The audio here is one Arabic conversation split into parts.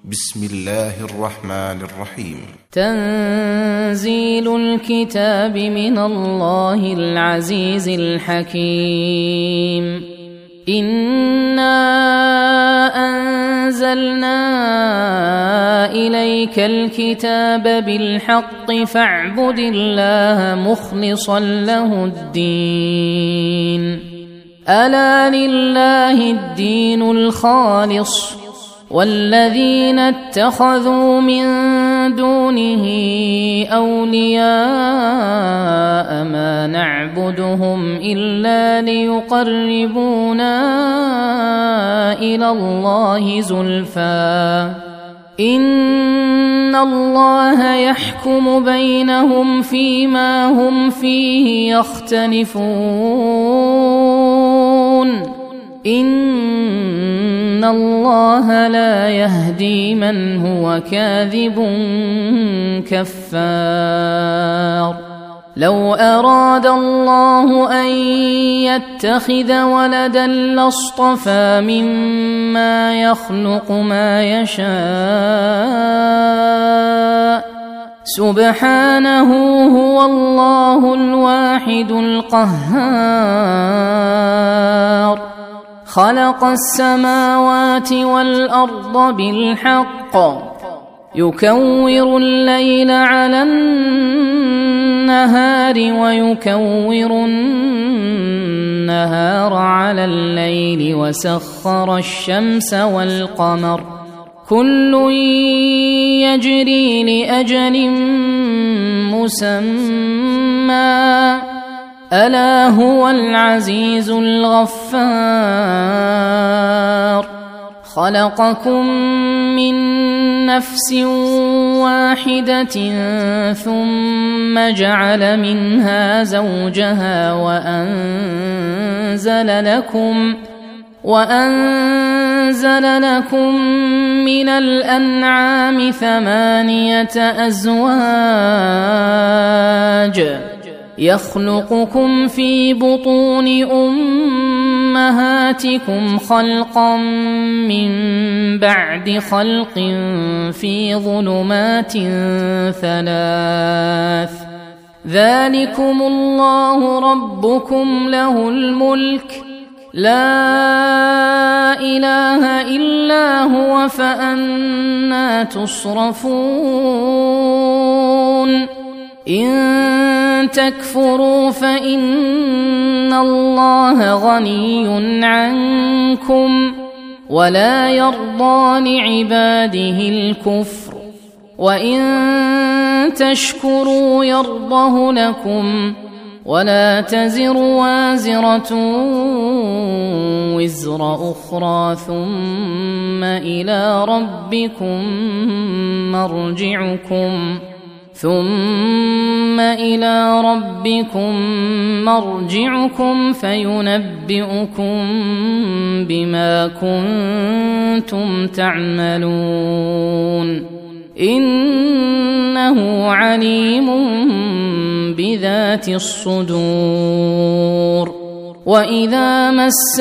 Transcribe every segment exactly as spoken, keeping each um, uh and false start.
بسم الله الرحمن الرحيم. تنزيل الكتاب من الله العزيز الحكيم. إنا أنزلنا إليك الكتاب بالحق فاعبد الله مخلصا له الدين. ألا لله الدين الخالص والذين اتخذوا من دونه أولياء ما نعبدهم إلا ليقربونا إلى الله زلفى إن الله يحكم بينهم فيما هم فيه يختلفون إن الله لا يهدي من هو كاذب كفار. لو أراد الله أن يتخذ ولدا لاصطفى مما يخلق ما يشاء سبحانه هو الله الواحد القهار. خلق السماوات والأرض بالحق يكور الليل على النهار ويكور النهار على الليل وسخر الشمس والقمر كل يجري لأجل مسمى ألا هو العزيز الغفار. خلقكم من نفس واحدة ثم جعل منها زوجها وأنزل لكم وأنزل لكم من الأنعام ثمانية أزواج يخلقكم في بطون أمهاتكم خلقا من بعد خلق في ظلمات ثلاث ذلكم الله ربكم له الملك لا إله إلا هو فأنى تصرفون. إن تكفروا فإن الله غني عنكم ولا يرضى لعباده الكفر وإن تشكروا يرضه لكم ولا تزر وازرة وزر أخرى ثم إلى ربكم مرجعكم ثم إلى ربكم مرجعكم فينبئكم بما كنتم تعملون إنه عليم بذات الصدور. وإذا مس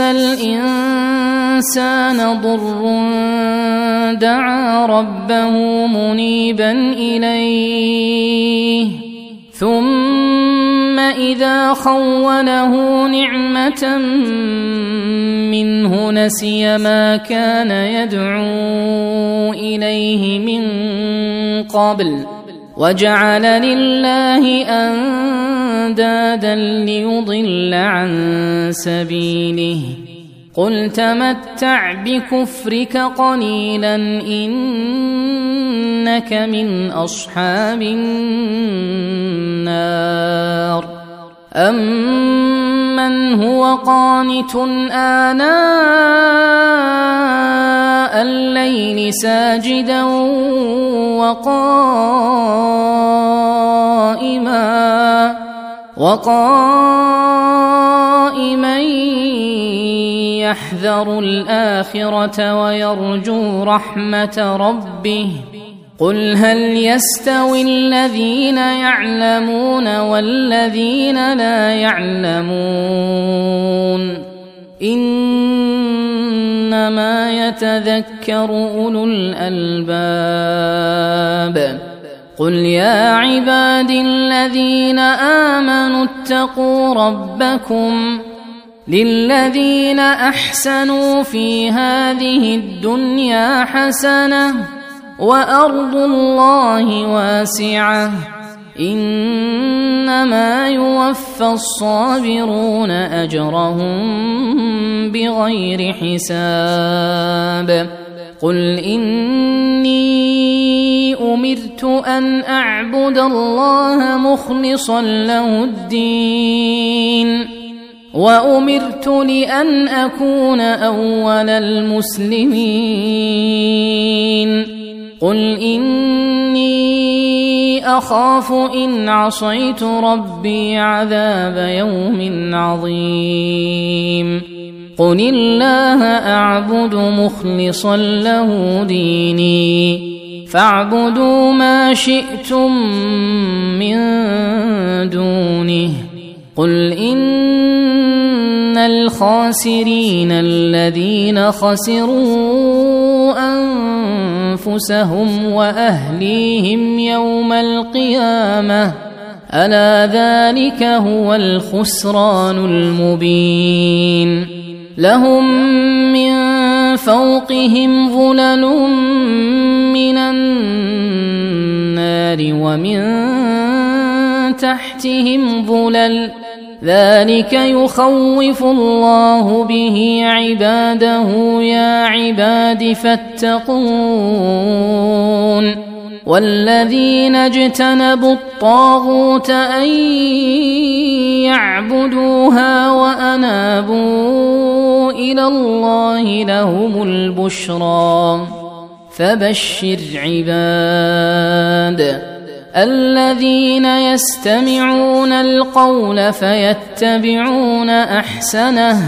الإنسان ضر دعا ربه منيبا إليه ثم إذا خوله نعمة منه نسي ما كان يدعو إليه من قبل وجعل لله أندادا ليضل عن سبيله قل تمتع بكفرك قليلا إنك من أصحاب النار. أمن هو قانت آناء الليل ساجدا وقائما وقائما يحذر الآخرة ويرجو رحمة ربه قل هل يستوي الذين يعلمون والذين لا يعلمون إنا إنما يتذكر أولو الألباب قل يا عبادي الذين آمنوا اتقوا ربكم للذين أحسنوا في هذه الدنيا حسنة وأرض الله واسعة إنما يوفى الصابرون أجرهم بغير حساب قل إني أمرت أن أعبد الله مخلصا له الدين وأمرت لأن أكون أول المسلمين قل إني أخاف إن عصيت ربي عذاب يوم عظيم قل الله أعبد مخلصا له ديني فاعبدوا ما شئتم من دونه قل إن الخاسرين الذين خسروا أنفسهم وأهليهم يوم القيامة ألا ذلك هو الخسران المبين لهم من فوقهم ظلل من النار ومن تحتهم ظلل ذلك يخوف الله به عباده يا عباد فاتقون والذين اجتنبوا الطاغوت أن يعبدوها وأنابوا إلى الله لهم البشرى فبشر عباد الذين يستمعون القول فيتبعون أحسنه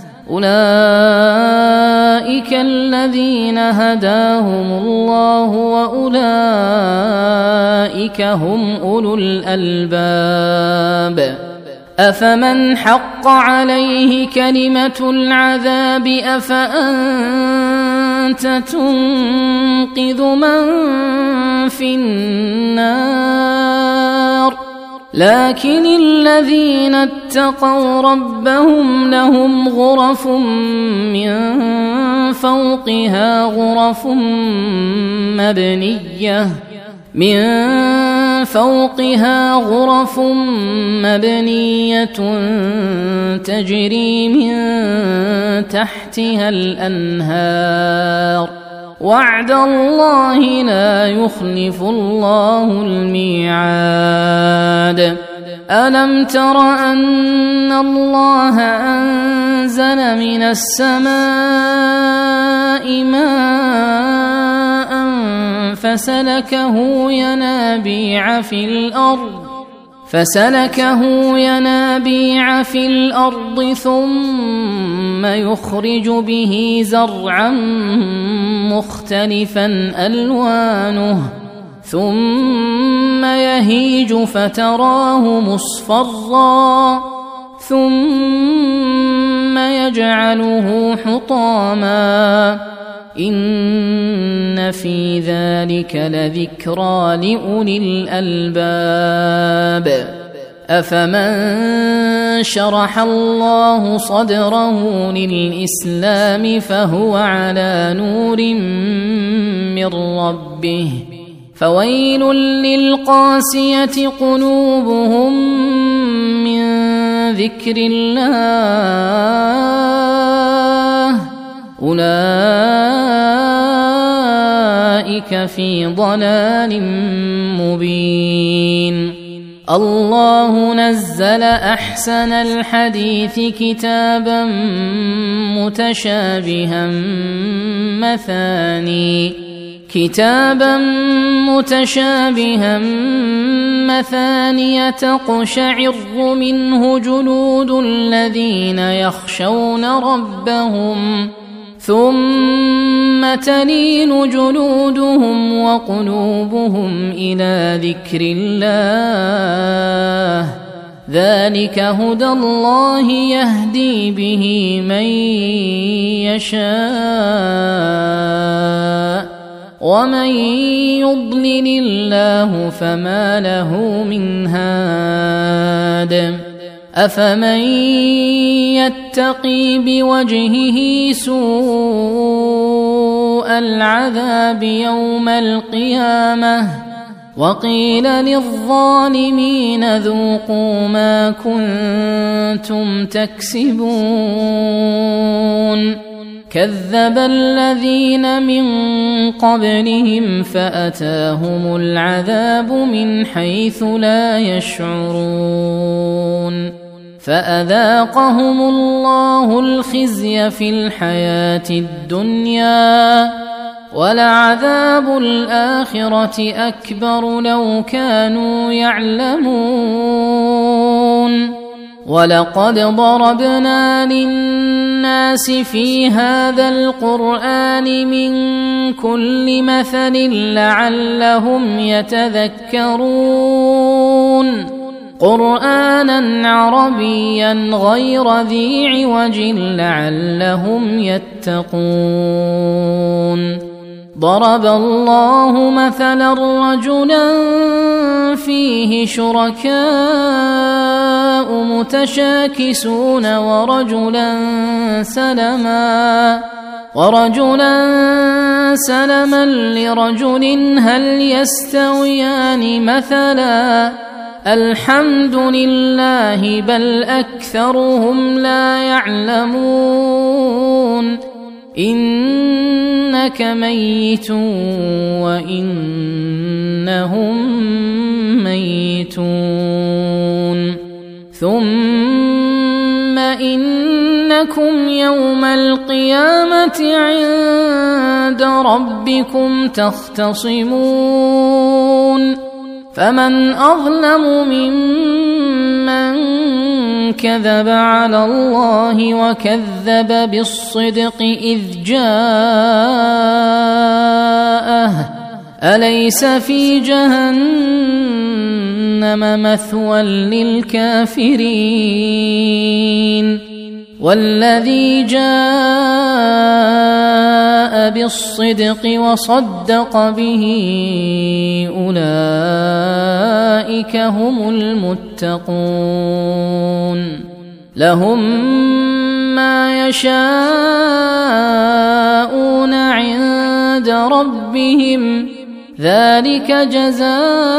أولئك الذين هداهم الله وأولئك هم أولو الألباب أفمن حق عليه كلمة العذاب أفأنت تنقذ من في النار لكن الذين اتقوا ربهم لهم غرف من فوقها غرف مبنية من فوقها غرف مبنية تجري من تحتها الأنهار وعد الله لا يخلف الله الميعاد ألم تر أن الله أنزل من السماء ماء فسلكه ينابيع في الأرض فسلكه ينابيع في الأرض ثم يخرج به زرعا مختلفا ألوانه ثم يهيج فتراه مصفرا ثم يجعله حطاما إن في ذلك لذكرى لأولي الألباب أفمن شرح الله صدره للإسلام فهو على نور من ربه فويل للقاسية قلوبهم من ذكر الله أولئك في ضلال مبين الله نزل أحسن الحديث كتابا متشابها مثاني كتابا متشابها مثانية تقشعر منه جلود الذين يخشون ربهم ثم تلين جلودهم وقلوبهم إلى ذكر الله ذلك هدى الله يهدي به من يشاء ومن يضلل الله فما له من هاد أفمن يتقي بوجهه سوء العذاب يوم القيامة وقيل للظالمين ذوقوا ما كنتم تكسبون كذب الذين من قبلهم فأتاهم العذاب من حيث لا يشعرون فأذاقهم الله الخزي في الحياة الدنيا ولعذاب الآخرة أكبر لو كانوا يعلمون ولقد ضربنا للناس في هذا القرآن من كل مثل لعلهم يتذكرون قرآنا عربيا غير ذي عوج لعلهم يتقون ضرب الله مثلا رجلا فيه شركاء متشاكسون ورجلا سلما ورجلا سلما لرجل هل يستويان مثلا الحمد لله بل أكثرهم لا يعلمون إنك ميت وإنهم ميتون ثم إنكم يوم القيامة عند ربكم تختصمون فمن أظلم ممن كذب على الله وكذب بالصدق إذ جاءه أليس في جهنم مثوى للكافرين والذي جاء بالصدق وصدق به أولئك هم المتقون لهم ما يشاءون عند ربهم ذلك جزاء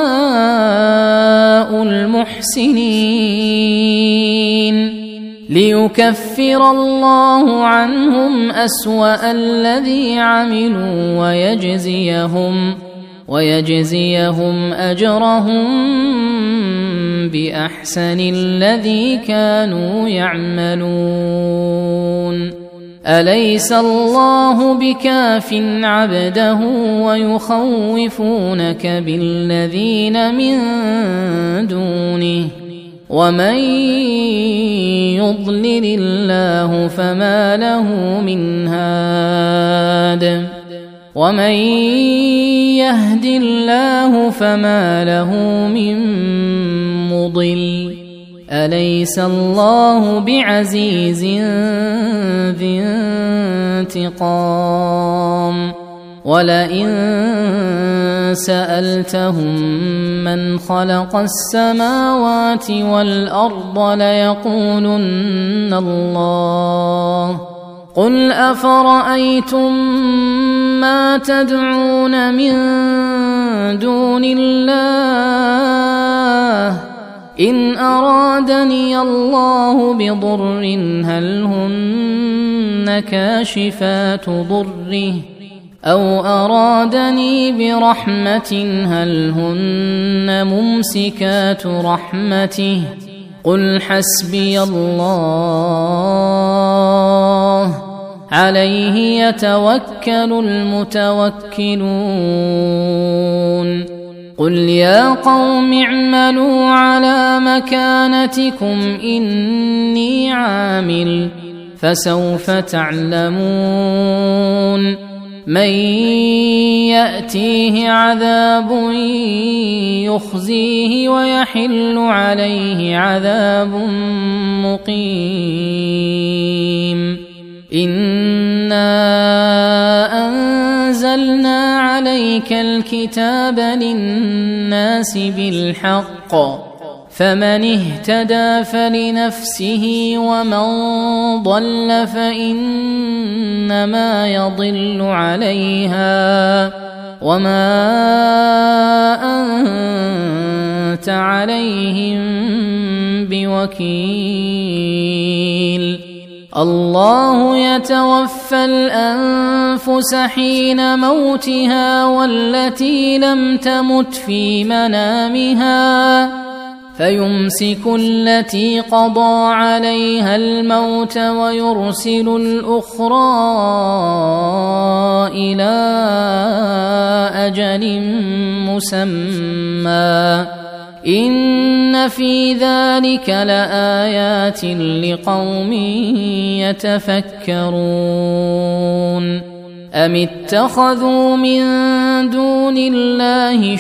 المحسنين ليكفر الله عنهم أسوأ الذي عملوا ويجزيهم ويجزيهم أجرهم بأحسن الذي كانوا يعملون أليس الله بكاف عبده ويخوفونك بالذين من دونه ومن يضلل الله فما له من هاد ومن يهد الله فما له من مضل أليس الله بعزيز ذي انتقام ولئن سألتهم من خلق السماوات والأرض ليقولن الله قل أفرأيتم ما تدعون من دون الله إن أرادني الله بضر هل هن كاشفات ضره أو أرادني برحمة هل هن ممسكات رحمته قل حسبي الله عليه يتوكل المتوكلون قل يا قوم اعملوا على مكانتكم إني عامل فسوف تعلمون من يأتيه عذاب يخزيه ويحل عليه عذاب مقيم إنا أنزلنا عليك الكتاب للناس بالحق فمن اهتدى فلنفسه ومن ضل فإنما يضل عليها وما أنت عليهم بوكيل الله يتوفى الأنفس حين موتها والتي لم تمت في منامها فيمسك التي قضى عليها الموت ويرسل الأخرى إلى أجل مسمى إن في ذلك لآيات لقوم يتفكرون أم اتخذوا من دون الله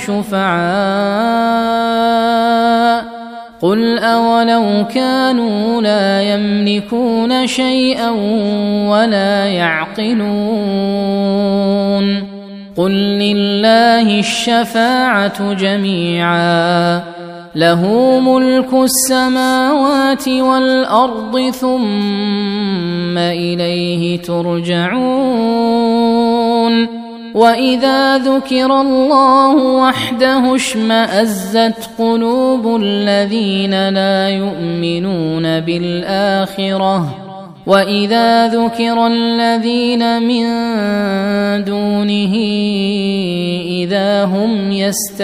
شفعاء قل أولو كانوا لا يملكون شيئا ولا يعقلون قل لله الشفاعة جميعا له ملك السماوات والأرض ثم إليه ترجعون وإذا ذكر الله وحده اشمأزت قلوب الذين لا يؤمنون بالآخرة وإذا ذكر الذين من دونه إذا هم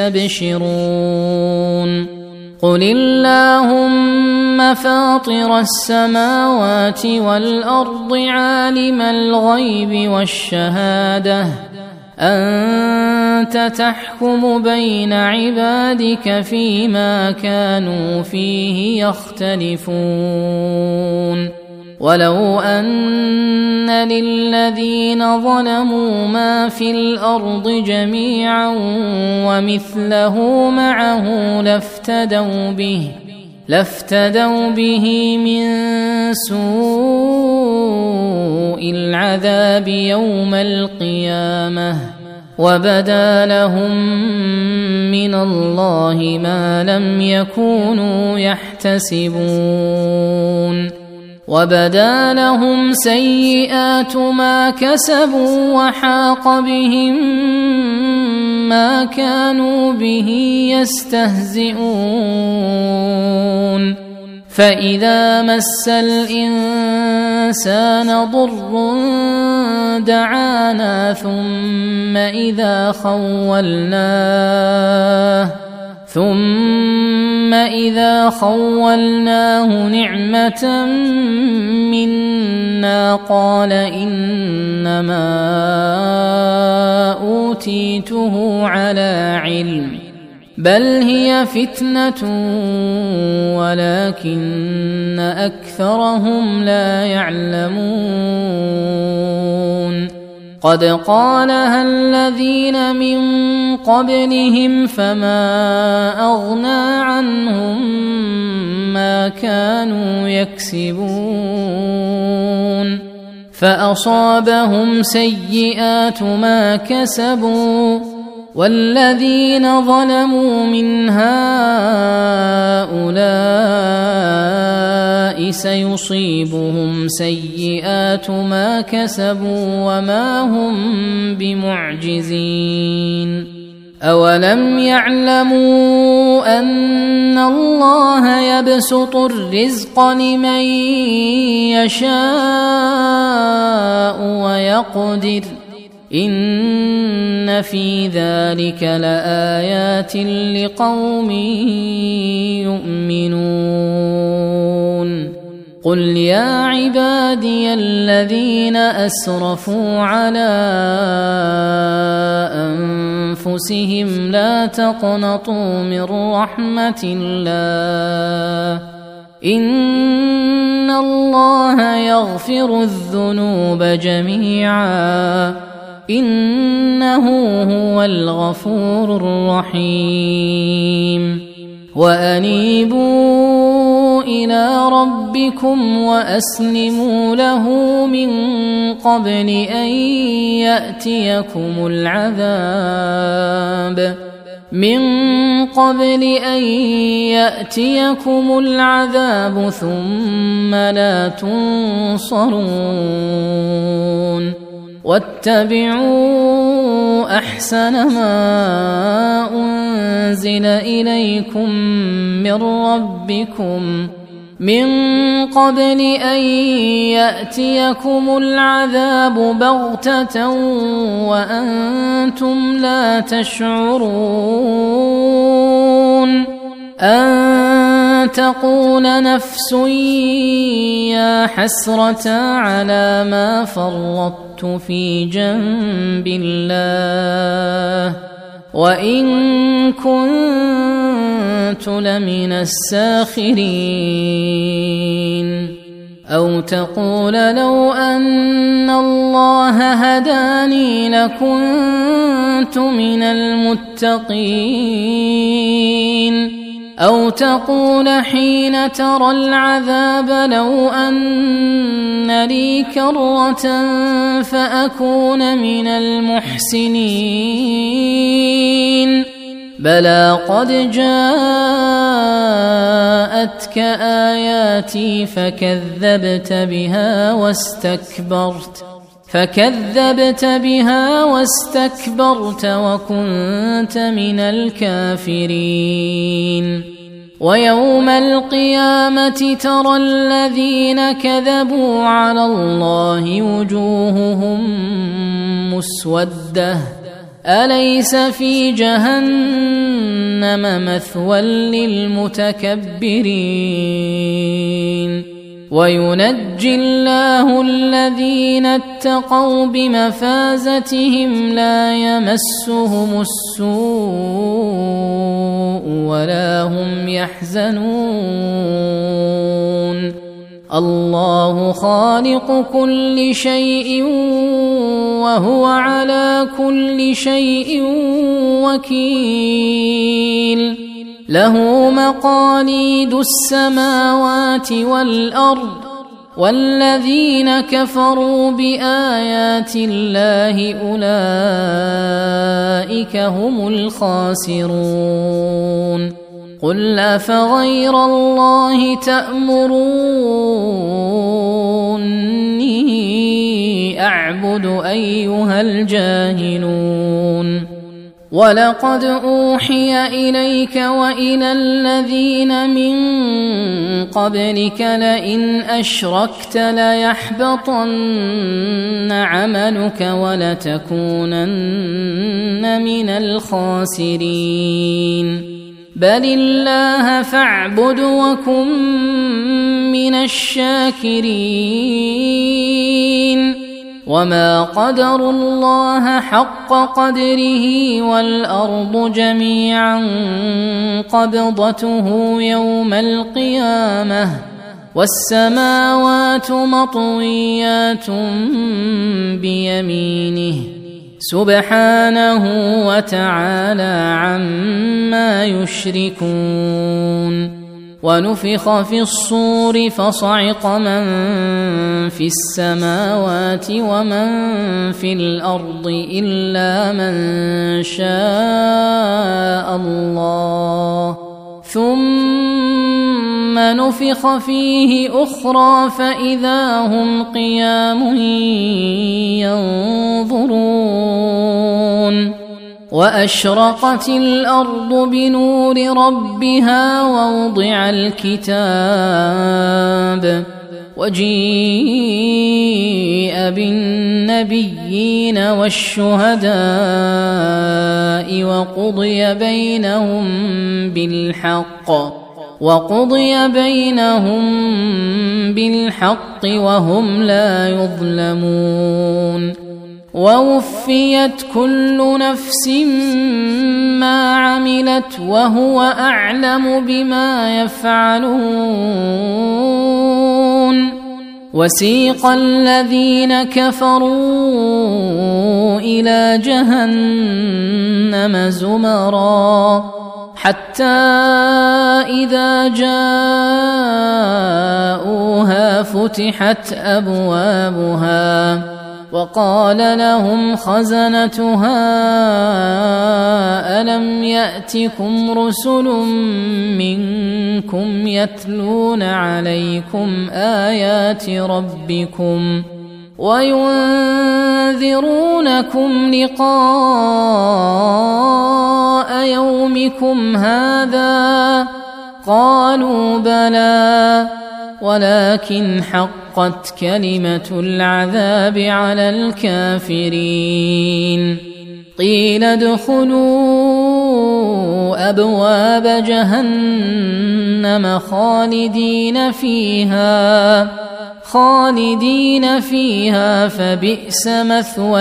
يستبشرون قل اللهم فاطر السماوات والأرض عالم الغيب والشهادة أنت تحكم بين عبادك فيما كانوا فيه يختلفون ولو أن للذين ظلموا ما في الأرض جميعا ومثله معه لافتدوا به لافتدوا به من سوء العذاب يوم القيامة وبدا لهم من الله ما لم يكونوا يحتسبون وبدا لهم سيئات ما كسبوا وحاق بهم ما كانوا به يستهزئون فإذا مس الإنسان ضر دعانا ثم إذا خولناه ثم إذا خولناه نعمة منا قال إنما أوتيته على علم بل هي فتنة ولكن أكثرهم لا يعلمون قد قالها الذين من قبلهم فما أغنى عنهم ما كانوا يكسبون فأصابهم سيئات ما كسبوا والذين ظلموا من هؤلاء سيصيبهم سيئات ما كسبوا وما هم بمعجزين أولم يعلموا أن الله يبسط الرزق لمن يشاء ويقدر إن في ذلك لآيات لقوم يؤمنون قل يا عبادي الذين أسرفوا على أنفسهم لا تقنطوا من رحمة الله إن الله يغفر الذنوب جميعا إنه هو الغفور الرحيم وأنيبوا إلى ربكم وأسلموا له من قبل أن يأتيكم العذاب من قبل أن يأتيكم العذاب ثم لا تنصرون واتبعوا أحسن ما أنزل إليكم من ربكم من قبل أن يأتيكم العذاب بغتة وأنتم لا تشعرون أن تقول نفس يا حسرة على ما فرطت في جنب الله وإن كنت لمن الساخرين أو تقول لو أن الله هداني لكنت من المتقين أو تقول حين ترى العذاب لو أن لي كرة فأكون من المحسنين بلى قد جاءتك آياتي فكذبت بها واستكبرت فكذبت بها واستكبرت وكنت من الكافرين ويوم القيامة ترى الذين كذبوا على الله وجوههم مسودة أليس في جهنم مثوى للمتكبرين وينجي الله الذين اتقوا بمفازتهم لا يمسهم السوء ولا هم يحزنون الله خالق كل شيء وهو على كل شيء وكيل له مقاليد السماوات والأرض والذين كفروا بآيات الله أولئك هم الخاسرون قل أفغير الله تأمروني أعبد أيها الجاهلون ولقد أوحي إليك وإلى الذين من قبلك لئن أشركت ليحبطن عملك ولتكونن من الخاسرين بل الله فاعبد وكن من الشاكرين وما قدروا الله حق قدره والأرض جميعا قبضته يوم القيامة والسماوات مطويات بيمينه سبحانه وتعالى عما يشركون ونفخ في الصور فصعق من في السماوات ومن في الأرض إلا من شاء الله ثم نفخ فيه أخرى فإذا هم قيام ينظرون وأشرقت الأرض بنور ربها ووضع الكتاب وجيء بالنبيين والشهداء وقضي بينهم بالحق وقضي بينهم بالحق وهم لا يظلمون ووفيت كل نفس ما عملت وهو أعلم بما يفعلون وسيق الذين كفروا إلى جهنم زمرا حتى إذا جاءوها فتحت أبوابها وقال لهم خزنتها ألم يأتكم رسل منكم يتلون عليكم آيات ربكم وينذرونكم لقاء يومكم هذا قالوا بلى ولكن حقت كلمة العذاب على الكافرين قيل ادخلوا أبواب جهنم خالدين فيها خالدين فيها فبئس مثوى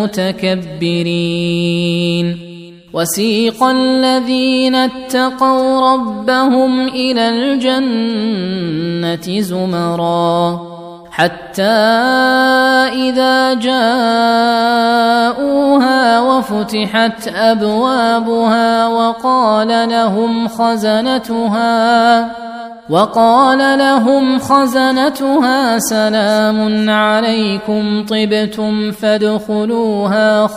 المتكبرين وسيق الذين اتقوا ربهم إلى الجنة زمرا حتى إذا جاءوها وفتحت أبوابها وقال لهم خزنتها وقال لهم خزنتها سلام عليكم طبتم فادخلوها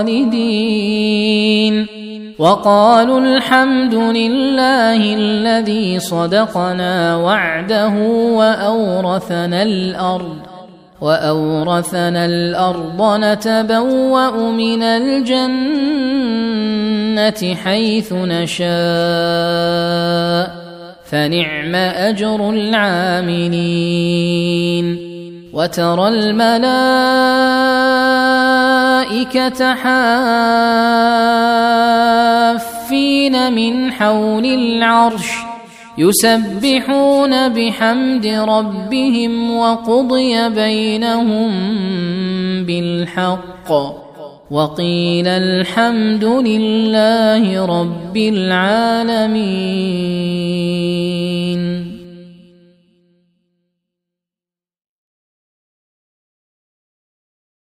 خالدين وقالوا الحمد لله الذي صدقنا وعده وأورثنا الأرض وأورثنا الأرض نتبوأ من الجنة حيث نشاء فنعم أجر العاملين وترى الملائكة حافين من حول العرش يسبحون بحمد ربهم وقضي بينهم بالحق وقيل الحمد لله رب العالمين.